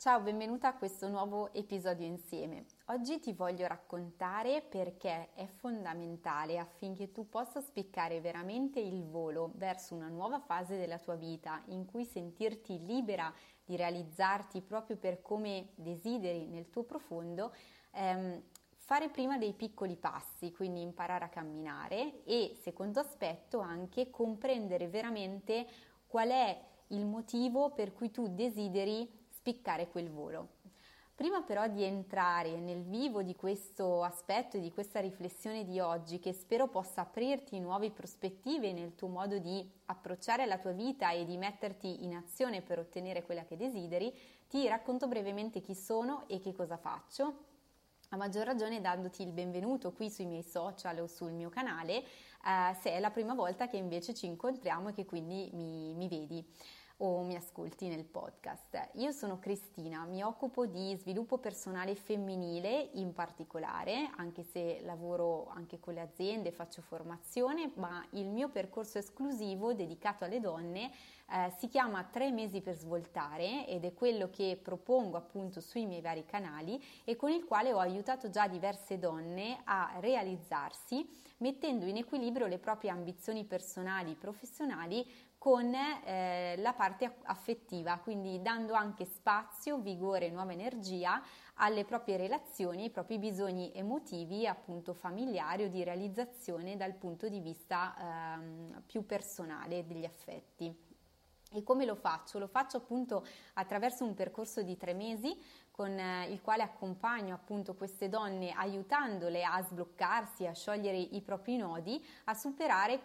Ciao, benvenuta a questo nuovo episodio insieme. Oggi ti voglio raccontare perché è fondamentale affinché tu possa spiccare veramente il volo verso una nuova fase della tua vita in cui sentirti libera di realizzarti proprio per come desideri nel tuo profondo, fare prima dei piccoli passi, quindi imparare a camminare e, secondo aspetto, anche comprendere veramente qual è il motivo per cui tu desideri spiccare quel volo. Prima però di entrare nel vivo di questo aspetto e di questa riflessione di oggi, che spero possa aprirti nuove prospettive nel tuo modo di approcciare la tua vita e di metterti in azione per ottenere quella che desideri, ti racconto brevemente chi sono e che cosa faccio, a maggior ragione dandoti il benvenuto qui sui miei social o sul mio canale, se è la prima volta che invece ci incontriamo e che quindi mi vedi o mi ascolti nel podcast. Io sono Cristina, mi occupo di sviluppo personale femminile in particolare, anche se lavoro anche con le aziende, faccio formazione, ma il mio percorso esclusivo dedicato alle donne si chiama 3 mesi per svoltare ed è quello che propongo appunto sui miei vari canali e con il quale ho aiutato già diverse donne a realizzarsi mettendo in equilibrio le proprie ambizioni personali e professionali con la parte affettiva, quindi dando anche spazio, vigore e nuova energia alle proprie relazioni, ai propri bisogni emotivi, appunto familiari o di realizzazione dal punto di vista più personale degli affetti. E come lo faccio? Lo faccio appunto attraverso un percorso di 3 mesi con il quale accompagno appunto queste donne aiutandole a sbloccarsi, a sciogliere i propri nodi, a superare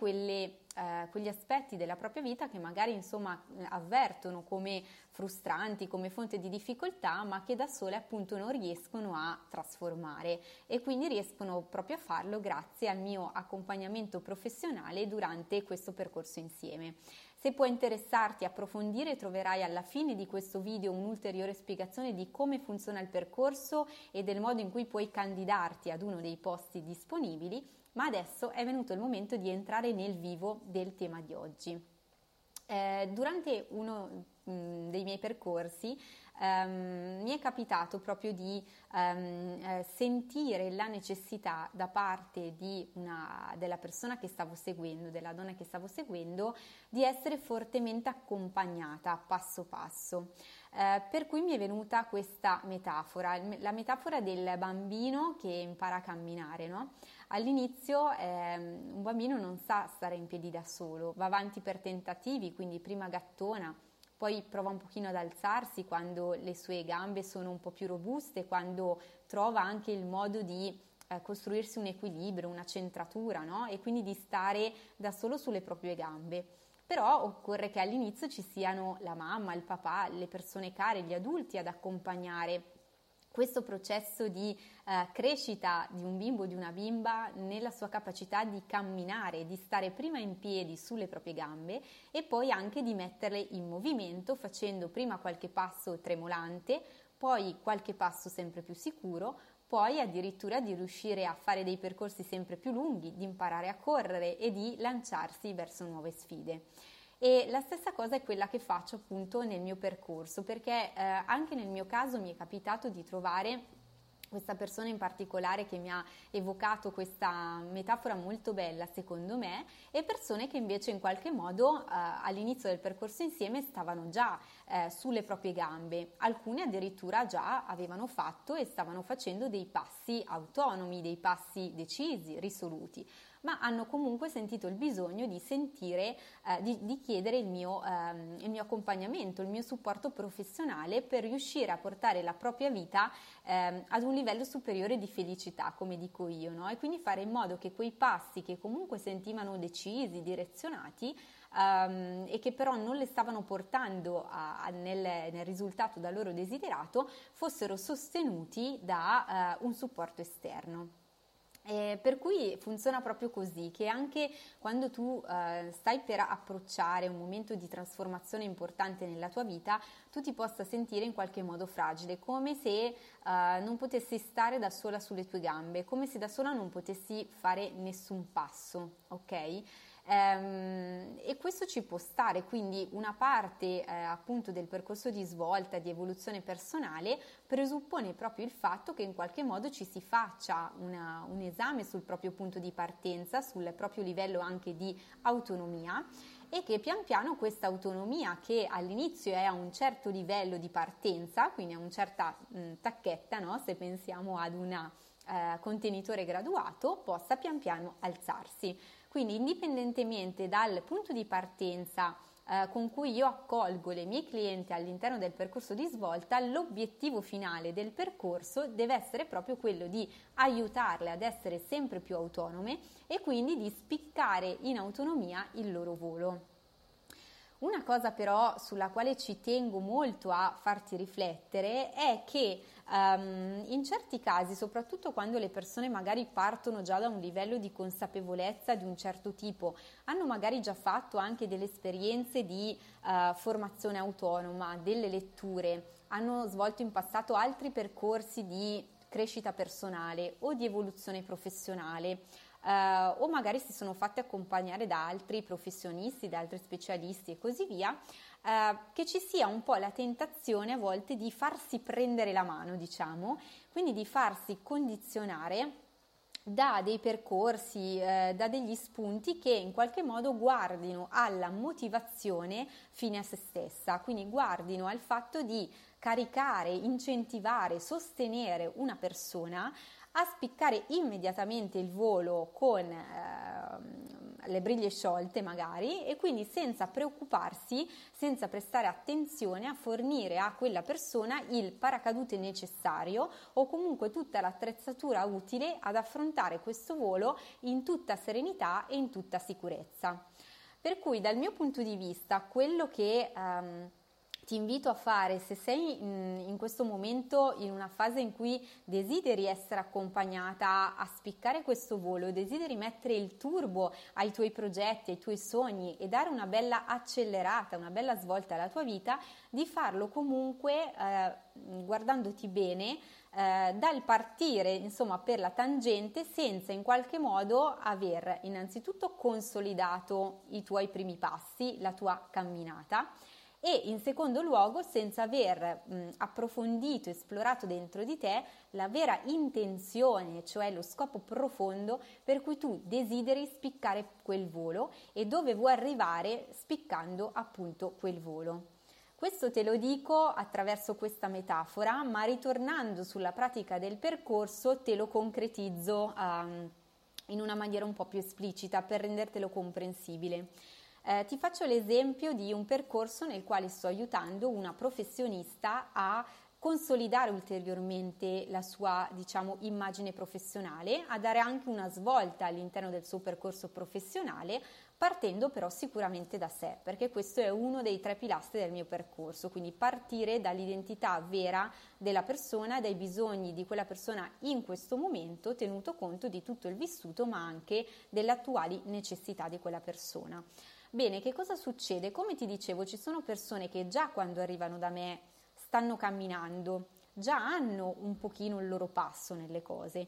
quegli aspetti della propria vita che magari insomma avvertono come frustranti, come fonte di difficoltà, ma che da sole appunto non riescono a trasformare e quindi riescono proprio a farlo grazie al mio accompagnamento professionale durante questo percorso insieme. Se può interessarti approfondire, troverai alla fine di questo video un'ulteriore spiegazione di come funziona il percorso e del modo in cui puoi candidarti ad uno dei posti disponibili, ma adesso è venuto il momento di entrare nel vivo del tema di oggi. Durante uno dei miei percorsi mi è capitato proprio di sentire la necessità da parte della persona che stavo seguendo, della donna che stavo seguendo, di essere fortemente accompagnata passo passo. Per cui mi è venuta questa metafora, la metafora del bambino che impara a camminare, no? All'inizio un bambino non sa stare in piedi da solo, va avanti per tentativi, quindi prima gattona, poi prova un pochino ad alzarsi quando le sue gambe sono un po' più robuste, quando trova anche il modo di costruirsi un equilibrio, una centratura, no? E quindi di stare da solo sulle proprie gambe. Però occorre che all'inizio ci siano la mamma, il papà, le persone care, gli adulti ad accompagnare questo processo di crescita di un bimbo o di una bimba nella sua capacità di camminare, di stare prima in piedi sulle proprie gambe e poi anche di metterle in movimento facendo prima qualche passo tremolante, poi qualche passo sempre più sicuro, poi addirittura di riuscire a fare dei percorsi sempre più lunghi, di imparare a correre e di lanciarsi verso nuove sfide. E la stessa cosa è quella che faccio appunto nel mio percorso, perché anche nel mio caso mi è capitato di trovare questa persona in particolare che mi ha evocato questa metafora molto bella secondo me e persone che invece in qualche modo all'inizio del percorso insieme stavano già sulle proprie gambe, alcune addirittura già avevano fatto e stavano facendo dei passi autonomi, dei passi decisi, risoluti, ma hanno comunque sentito il bisogno di sentire, di chiedere il mio accompagnamento, il mio supporto professionale per riuscire a portare la propria vita ad un livello superiore di felicità, come dico io, no? E quindi fare in modo che quei passi che comunque sentivano decisi, direzionati, e che però non le stavano portando nel risultato da loro desiderato, fossero sostenuti da un supporto esterno. Per cui funziona proprio così, che anche quando tu stai per approcciare un momento di trasformazione importante nella tua vita, tu ti possa sentire in qualche modo fragile, come se non potessi stare da sola sulle tue gambe, come se da sola non potessi fare nessun passo, ok? E questo ci può stare, quindi una parte appunto del percorso di svolta, di evoluzione personale presuppone proprio il fatto che in qualche modo ci si faccia un esame sul proprio punto di partenza, sul proprio livello anche di autonomia, e che pian piano questa autonomia, che all'inizio è a un certo livello di partenza, quindi a una certa tacchetta, no? Se pensiamo ad un contenitore graduato, possa pian piano alzarsi. Quindi indipendentemente dal punto di partenza con cui io accolgo le mie clienti all'interno del percorso di svolta, l'obiettivo finale del percorso deve essere proprio quello di aiutarle ad essere sempre più autonome e quindi di spiccare in autonomia il loro volo. Una cosa però sulla quale ci tengo molto a farti riflettere è che in certi casi, soprattutto quando le persone magari partono già da un livello di consapevolezza di un certo tipo, hanno magari già fatto anche delle esperienze di formazione autonoma, delle letture, hanno svolto in passato altri percorsi di crescita personale o di evoluzione professionale, o magari si sono fatti accompagnare da altri professionisti, da altri specialisti e così via, che ci sia un po' la tentazione a volte di farsi prendere la mano, diciamo, quindi di farsi condizionare da dei percorsi, da degli spunti che in qualche modo guardino alla motivazione fine a se stessa, quindi guardino al fatto di caricare, incentivare, sostenere una persona a spiccare immediatamente il volo con le briglie sciolte magari, e quindi senza preoccuparsi, senza prestare attenzione a fornire a quella persona il paracadute necessario o comunque tutta l'attrezzatura utile ad affrontare questo volo in tutta serenità e in tutta sicurezza. Per cui dal mio punto di vista quello che ti invito a fare, se sei in questo momento in una fase in cui desideri essere accompagnata a spiccare questo volo, desideri mettere il turbo ai tuoi progetti, ai tuoi sogni e dare una bella accelerata, una bella svolta alla tua vita, di farlo comunque guardandoti bene, dal partire insomma per la tangente, senza in qualche modo aver innanzitutto consolidato i tuoi primi passi, la tua camminata, e in secondo luogo senza aver approfondito, esplorato dentro di te la vera intenzione, cioè lo scopo profondo per cui tu desideri spiccare quel volo e dove vuoi arrivare spiccando appunto quel volo. Questo te lo dico attraverso questa metafora, ma ritornando sulla pratica del percorso te lo concretizzo in una maniera un po' più esplicita per rendertelo comprensibile. Ti faccio l'esempio di un percorso nel quale sto aiutando una professionista a consolidare ulteriormente la sua, diciamo, immagine professionale, a dare anche una svolta all'interno del suo percorso professionale, partendo però sicuramente da sé, perché questo è uno dei 3 pilastri del mio percorso, quindi partire dall'identità vera della persona, dai bisogni di quella persona in questo momento, tenuto conto di tutto il vissuto, ma anche delle attuali necessità di quella persona. Bene, che cosa succede? Come ti dicevo, ci sono persone che già quando arrivano da me stanno camminando, già hanno un pochino il loro passo nelle cose,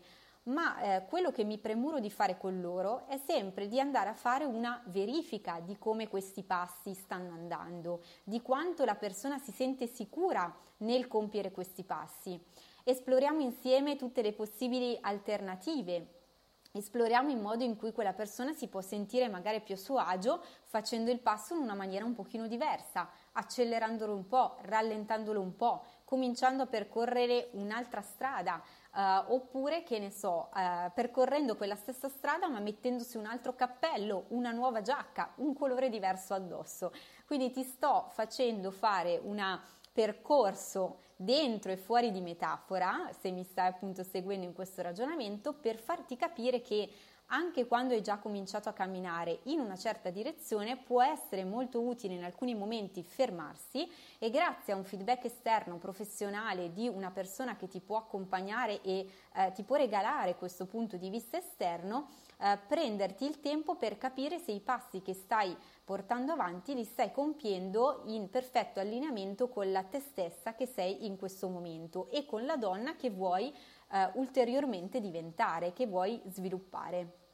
ma quello che mi premuro di fare con loro è sempre di andare a fare una verifica di come questi passi stanno andando, di quanto la persona si sente sicura nel compiere questi passi. Esploriamo insieme tutte le possibili alternative. Esploriamo il modo in cui quella persona si può sentire magari più a suo agio facendo il passo in una maniera un pochino diversa, accelerandolo un po', rallentandolo un po', cominciando a percorrere un'altra strada, oppure, che ne so, percorrendo quella stessa strada ma mettendosi un altro cappello, una nuova giacca, un colore diverso addosso. Quindi ti sto facendo fare un percorso dentro e fuori di metafora, se mi stai appunto seguendo in questo ragionamento, per farti capire che anche quando hai già cominciato a camminare in una certa direzione può essere molto utile in alcuni momenti fermarsi e grazie a un feedback esterno professionale di una persona che ti può accompagnare e ti può regalare questo punto di vista esterno, prenderti il tempo per capire se i passi che stai portando avanti li stai compiendo in perfetto allineamento con la te stessa che sei in questo momento e con la donna che vuoi ulteriormente diventare, che vuoi sviluppare.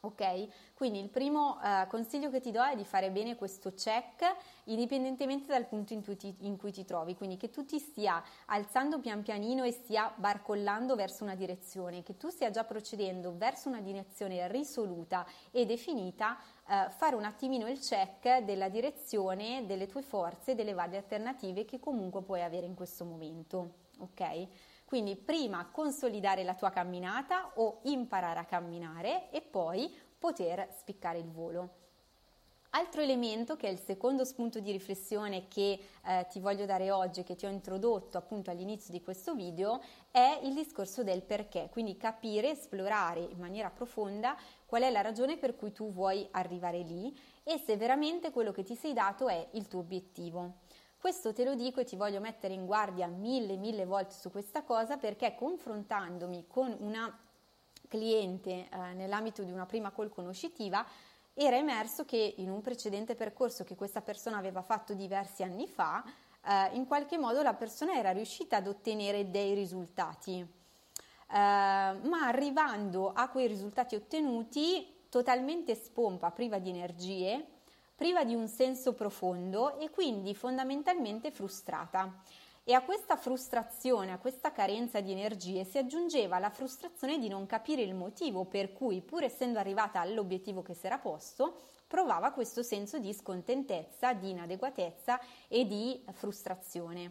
Ok? Quindi il primo consiglio che ti do è di fare bene questo check indipendentemente dal punto in cui ti trovi, quindi che tu ti stia alzando pian pianino e stia barcollando verso una direzione, che tu stia già procedendo verso una direzione risoluta e definita, fare un attimino il check della direzione, delle tue forze, delle varie alternative che comunque puoi avere in questo momento, ok? Quindi prima consolidare la tua camminata o imparare a camminare e poi poter spiccare il volo. Altro elemento, che è il secondo spunto di riflessione che ti voglio dare oggi, che ti ho introdotto appunto all'inizio di questo video, è il discorso del perché, quindi capire, esplorare in maniera profonda qual è la ragione per cui tu vuoi arrivare lì e se veramente quello che ti sei dato è il tuo obiettivo. Questo te lo dico e ti voglio mettere in guardia mille volte su questa cosa, perché confrontandomi con una cliente nell'ambito di una prima call conoscitiva era emerso che in un precedente percorso che questa persona aveva fatto diversi anni fa, in qualche modo la persona era riuscita ad ottenere dei risultati, ma arrivando a quei risultati ottenuti totalmente spompa, priva di energie, priva di un senso profondo e quindi fondamentalmente frustrata. E a questa frustrazione, a questa carenza di energie si aggiungeva la frustrazione di non capire il motivo per cui, pur essendo arrivata all'obiettivo che si era posto, provava questo senso di scontentezza, di inadeguatezza e di frustrazione.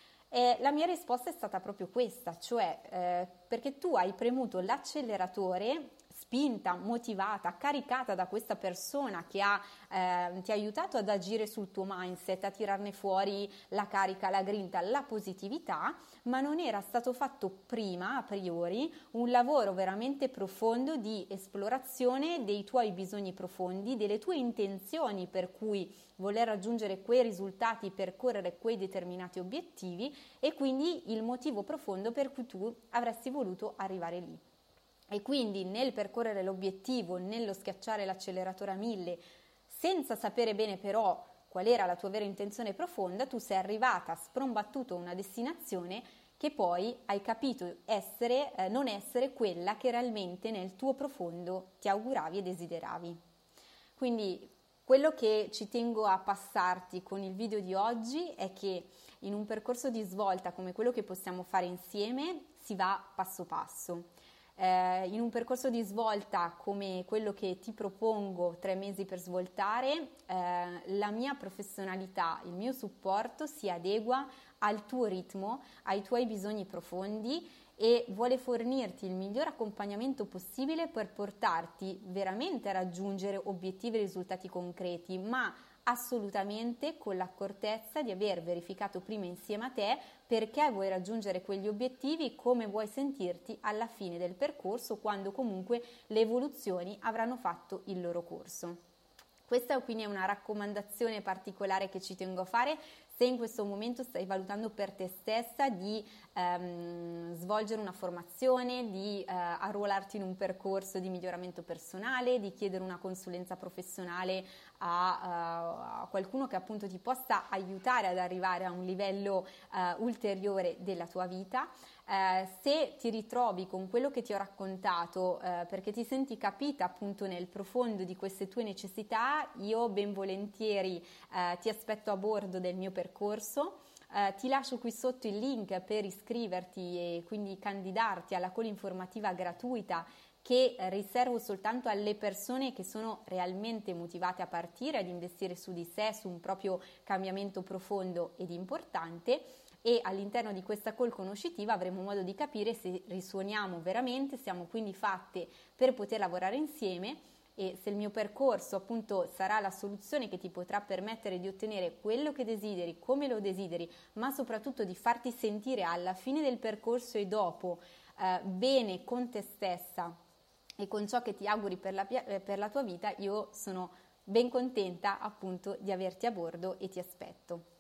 E la mia risposta è stata proprio questa, cioè perché tu hai premuto l'acceleratore, spinta, motivata, caricata da questa persona che ti ha aiutato ad agire sul tuo mindset, a tirarne fuori la carica, la grinta, la positività, ma non era stato fatto prima, a priori, un lavoro veramente profondo di esplorazione dei tuoi bisogni profondi, delle tue intenzioni per cui voler raggiungere quei risultati, percorrere quei determinati obiettivi e quindi il motivo profondo per cui tu avresti voluto arrivare lì. E quindi nel percorrere l'obiettivo, nello schiacciare l'acceleratore a 1000, senza sapere bene però qual era la tua vera intenzione profonda, tu sei arrivata, sprombattuto a una destinazione che poi hai capito non essere quella che realmente nel tuo profondo ti auguravi e desideravi. Quindi quello che ci tengo a passarti con il video di oggi è che in un percorso di svolta come quello che possiamo fare insieme si va passo passo. In un percorso di svolta come quello che ti propongo 3 mesi per svoltare, la mia professionalità, il mio supporto si adegua al tuo ritmo, ai tuoi bisogni profondi e vuole fornirti il miglior accompagnamento possibile per portarti veramente a raggiungere obiettivi e risultati concreti, ma assolutamente con l'accortezza di aver verificato prima insieme a te perché vuoi raggiungere quegli obiettivi, come vuoi sentirti alla fine del percorso, quando comunque le evoluzioni avranno fatto il loro corso. Questa quindi è una raccomandazione particolare che ci tengo a fare. Se in questo momento stai valutando per te stessa di svolgere una formazione, di arruolarti in un percorso di miglioramento personale, di chiedere una consulenza professionale a qualcuno che appunto ti possa aiutare ad arrivare a un livello ulteriore della tua vita, se ti ritrovi con quello che ti ho raccontato perché ti senti capita appunto nel profondo di queste tue necessità, io ben volentieri ti aspetto a bordo del mio percorso. Ti lascio qui sotto il link per iscriverti e quindi candidarti alla call informativa gratuita che riservo soltanto alle persone che sono realmente motivate a partire, ad investire su di sé, su un proprio cambiamento profondo ed importante. E all'interno di questa call conoscitiva avremo modo di capire se risuoniamo veramente, siamo quindi fatte per poter lavorare insieme e se il mio percorso appunto sarà la soluzione che ti potrà permettere di ottenere quello che desideri, come lo desideri, ma soprattutto di farti sentire alla fine del percorso e dopo bene con te stessa e con ciò che ti auguri per la tua vita, io sono ben contenta appunto di averti a bordo e ti aspetto.